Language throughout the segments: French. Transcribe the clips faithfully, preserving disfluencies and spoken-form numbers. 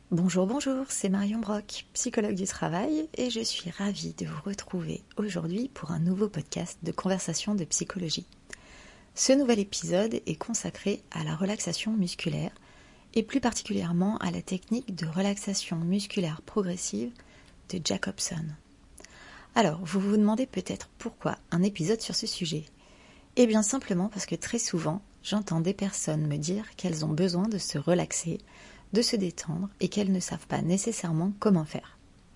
Bonjour, bonjour, c'est Marion Brock, psychologue du travail, et je suis ravie de vous retrouver aujourd'hui pour un nouveau podcast de conversation de psychologie. Ce nouvel épisode est consacré à la relaxation musculaire, et plus particulièrement à la technique de relaxation musculaire progressive de Jacobson. Alors, vous vous demandez peut-être pourquoi un épisode sur ce sujet ? Eh bien simplement parce que très souvent, j'entends des personnes me dire qu'elles ont besoin de se relaxer, de se détendre et qu'elles ne savent pas nécessairement comment faire.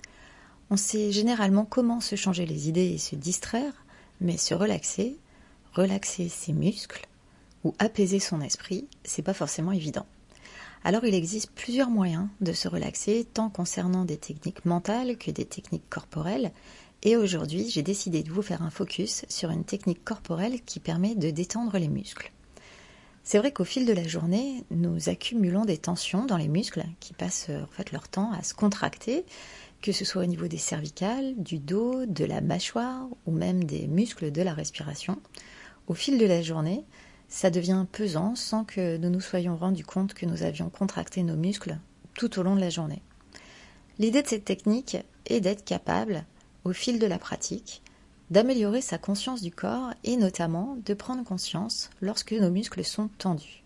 On sait généralement comment se changer les idées et se distraire, mais se relaxer, relaxer ses muscles ou apaiser son esprit, c'est pas forcément évident. Alors il existe plusieurs moyens de se relaxer, tant concernant des techniques mentales que des techniques corporelles, et aujourd'hui j'ai décidé de vous faire un focus sur une technique corporelle qui permet de détendre les muscles. C'est vrai qu'au fil de la journée, nous accumulons des tensions dans les muscles qui passent en fait leur temps à se contracter, que ce soit au niveau des cervicales, du dos, de la mâchoire ou même des muscles de la respiration. Au fil de la journée, ça devient pesant sans que nous nous soyons rendus compte que nous avions contracté nos muscles tout au long de la journée. L'idée de cette technique est d'être capable, au fil de la pratique, d'améliorer sa conscience du corps et notamment de prendre conscience lorsque nos muscles sont tendus.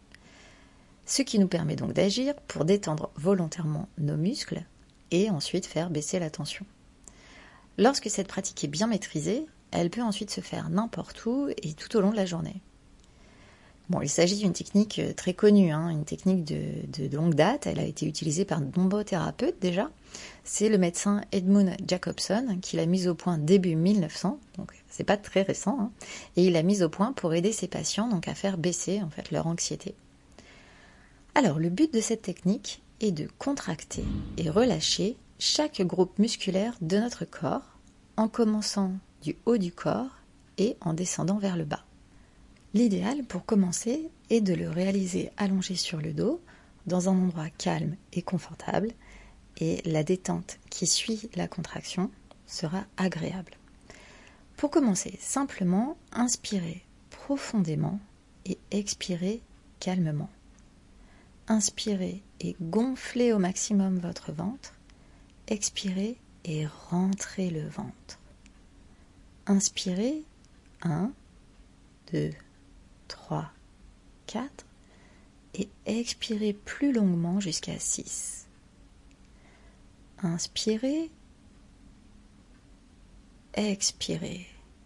Ce qui nous permet donc d'agir pour détendre volontairement nos muscles et ensuite faire baisser la tension. Lorsque cette pratique est bien maîtrisée, elle peut ensuite se faire n'importe où et tout au long de la journée. Bon, il s'agit d'une technique très connue, hein, une technique de, de, de longue date. Elle a été utilisée par de nombreux thérapeutes déjà. C'est le médecin Edmund Jacobson qui l'a mise au point début mille neuf cents, donc c'est pas très récent, hein, et il l'a mise au point pour aider ses patients donc à faire baisser en fait leur anxiété. Alors le but de cette technique est de contracter et relâcher chaque groupe musculaire de notre corps en commençant du haut du corps et en descendant vers le bas. L'idéal pour commencer est de le réaliser allongé sur le dos, dans un endroit calme et confortable, et la détente qui suit la contraction sera agréable. Pour commencer, simplement inspirez profondément et expirez calmement. Inspirez et gonflez au maximum votre ventre, expirez et rentrez le ventre. Inspirez, un, deux, trois, quatre et expirez plus longuement jusqu'à six. Inspirez, expirez.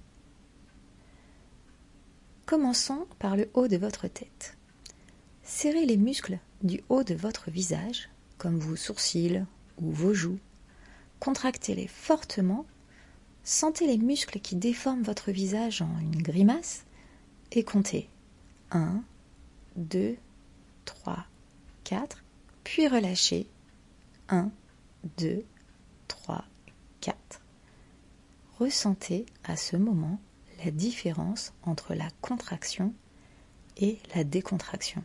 Commençons par le haut de votre tête. Serrez les muscles du haut de votre visage, comme vos sourcils ou vos joues. Contractez-les fortement. Sentez les muscles qui déforment votre visage en une grimace et comptez un, deux, trois, quatre, puis relâchez un, deux, trois, quatre. Ressentez à ce moment la différence entre la contraction et la décontraction.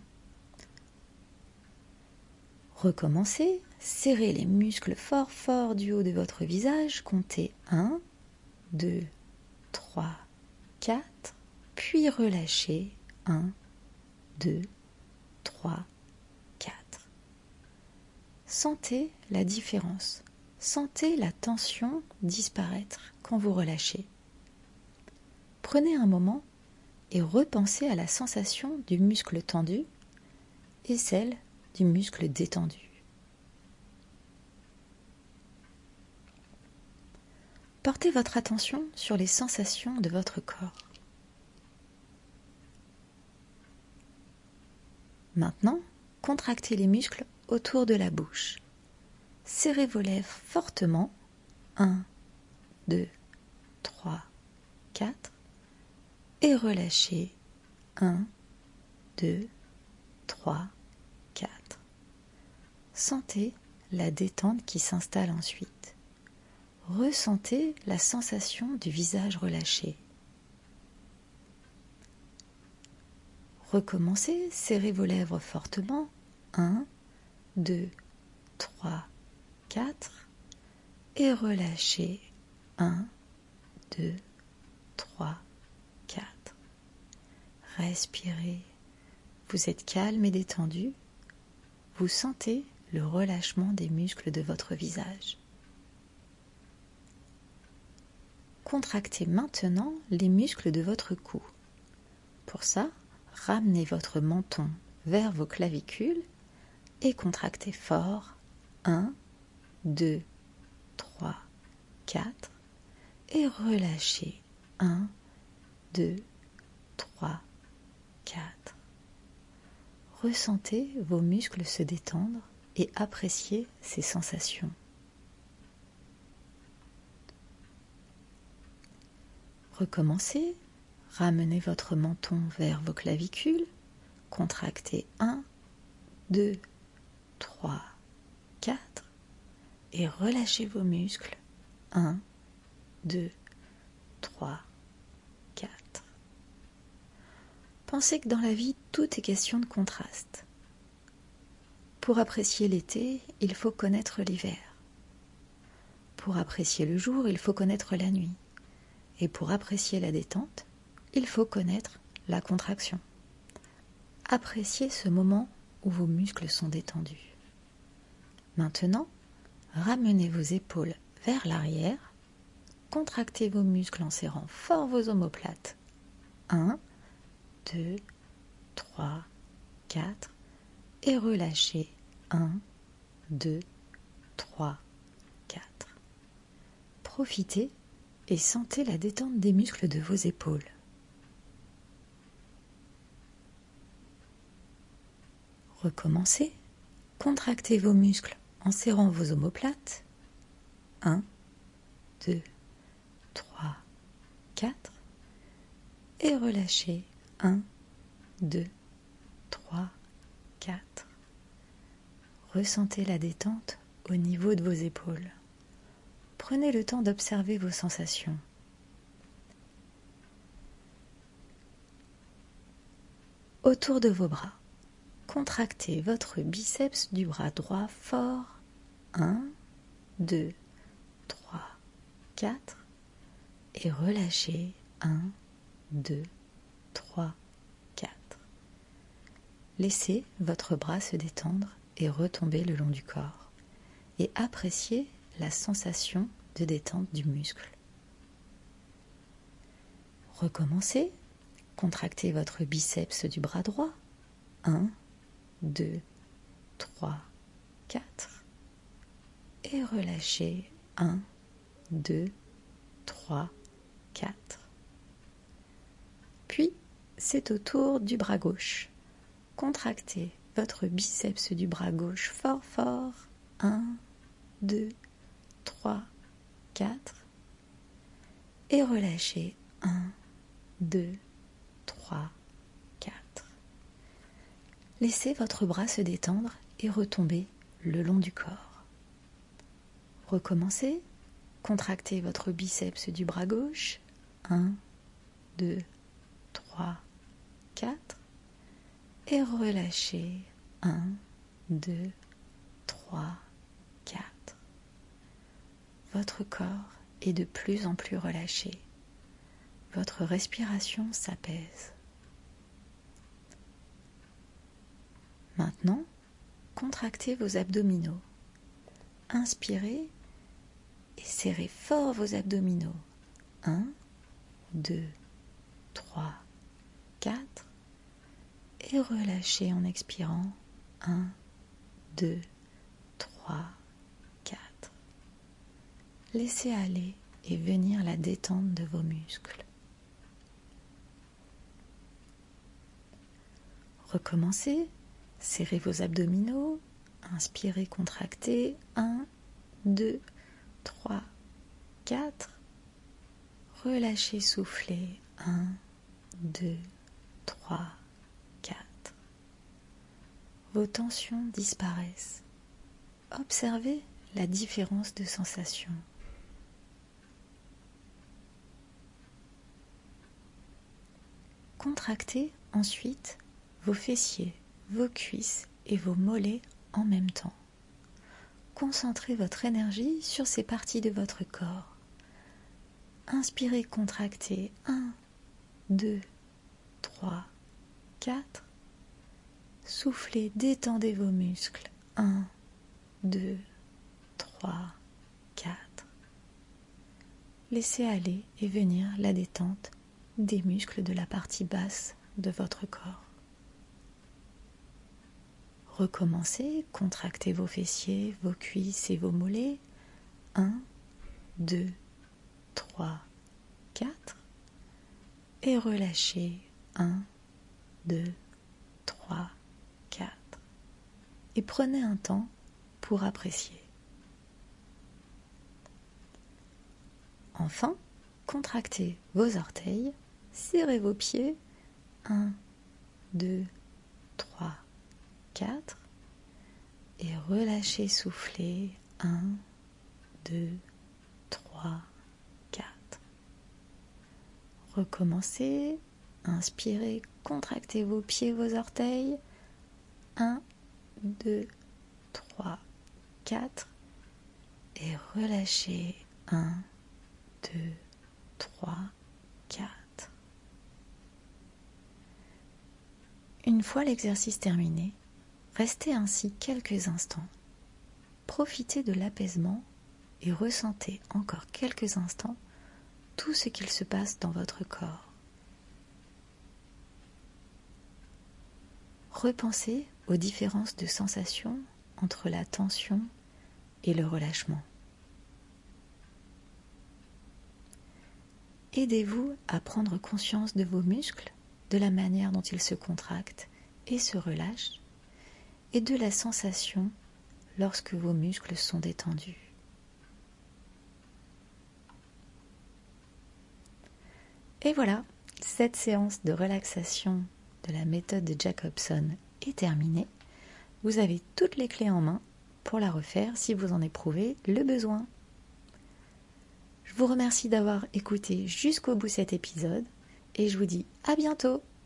Recommencez, serrez les muscles fort fort du haut de votre visage, comptez un, deux, trois, quatre, puis relâchez un, deux, trois, quatre. Sentez la différence. Sentez la tension disparaître quand vous relâchez. Prenez un moment et repensez à la sensation du muscle tendu et celle du muscle détendu. Portez votre attention sur les sensations de votre corps. Maintenant, contractez les muscles autour de la bouche. Serrez vos lèvres fortement. un, deux, trois, quatre. Et relâchez. un, deux, trois, quatre. Sentez la détente qui s'installe ensuite. Ressentez la sensation du visage relâché. Recommencez, serrez vos lèvres fortement. un, deux, trois, quatre. Et relâchez. un, deux, trois, quatre. Respirez. Vous êtes calme et détendu. Vous sentez le relâchement des muscles de votre visage. Contractez maintenant les muscles de votre cou. Pour ça, ramenez votre menton vers vos clavicules et contractez fort. un, deux, trois, quatre. Et relâchez. un, deux, trois, quatre. Ressentez vos muscles se détendre et appréciez ces sensations. Recommencez. Ramenez votre menton vers vos clavicules. Contractez un, deux, trois, quatre. Et relâchez vos muscles. un, deux, trois, quatre. Pensez que dans la vie, tout est question de contraste. Pour apprécier l'été, il faut connaître l'hiver. Pour apprécier le jour, il faut connaître la nuit. Et pour apprécier la détente, il faut connaître la contraction. Appréciez ce moment où vos muscles sont détendus. Maintenant, ramenez vos épaules vers l'arrière. Contractez vos muscles en serrant fort vos omoplates. un, deux, trois, quatre. Et relâchez. un, deux, trois, quatre. Profitez et sentez la détente des muscles de vos épaules. Recommencez. Contractez vos muscles en serrant vos omoplates. un, deux, trois, quatre. Et relâchez. un, deux, trois, quatre. Ressentez la détente au niveau de vos épaules. Prenez le temps d'observer vos sensations. Autour de vos bras, contractez votre biceps du bras droit fort. un, deux, trois, quatre. Et relâchez. un, deux, trois, quatre. Laissez votre bras se détendre et retomber le long du corps. Et appréciez la sensation de détente du muscle. Recommencez. Contractez votre biceps du bras droit. un, deux, trois, quatre. Et relâchez. un, deux, trois, quatre. Puis, c'est au tour du bras gauche. Contractez votre biceps du bras gauche fort fort. un, deux, trois, quatre. Et relâchez. un, deux, trois, quatre. Laissez votre bras se détendre et retomber le long du corps. Recommencez. Contractez votre biceps du bras gauche. un, deux, trois, quatre. Et relâchez. un, deux, trois, quatre. Votre corps est de plus en plus relâché. Votre respiration s'apaise. Maintenant, contractez vos abdominaux. Inspirez et serrez fort vos abdominaux. un, deux, trois, quatre. Et relâchez en expirant. un, deux, trois, quatre. Laissez aller et venir la détente de vos muscles. Recommencez. Serrez vos abdominaux. Inspirez, contractez. un, deux, trois, quatre. Relâchez, soufflez. un, deux, trois, quatre. Vos tensions disparaissent. Observez la différence de sensation. Contractez ensuite vos fessiers, vos cuisses et vos mollets en même temps. Concentrez votre énergie sur ces parties de votre corps. Inspirez, contractez. un, deux, trois, quatre. Soufflez, détendez vos muscles. un, deux, trois, quatre. Laissez aller et venir la détente des muscles de la partie basse de votre corps. Recommencez, contractez vos fessiers, vos cuisses et vos mollets. un, deux, trois, quatre. Et relâchez. un, deux, trois, quatre. Et prenez un temps pour apprécier. Enfin, contractez vos orteils, serrez vos pieds. un, deux, trois, quatre. Et relâchez, soufflez. un, deux, trois, quatre. Recommencez. Inspirez, contractez vos pieds, vos orteils. un, deux, trois, quatre. Et relâchez. un, deux, trois, quatre. Une fois l'exercice terminé, restez ainsi quelques instants. Profitez de l'apaisement et ressentez encore quelques instants tout ce qu'il se passe dans votre corps. Repensez aux différences de sensations entre la tension et le relâchement. Aidez-vous à prendre conscience de vos muscles, de la manière dont ils se contractent et se relâchent, et de la sensation lorsque vos muscles sont détendus. Et voilà, cette séance de relaxation de la méthode de Jacobson est terminée. Vous avez toutes les clés en main pour la refaire si vous en éprouvez le besoin. Je vous remercie d'avoir écouté jusqu'au bout cet épisode et je vous dis à bientôt.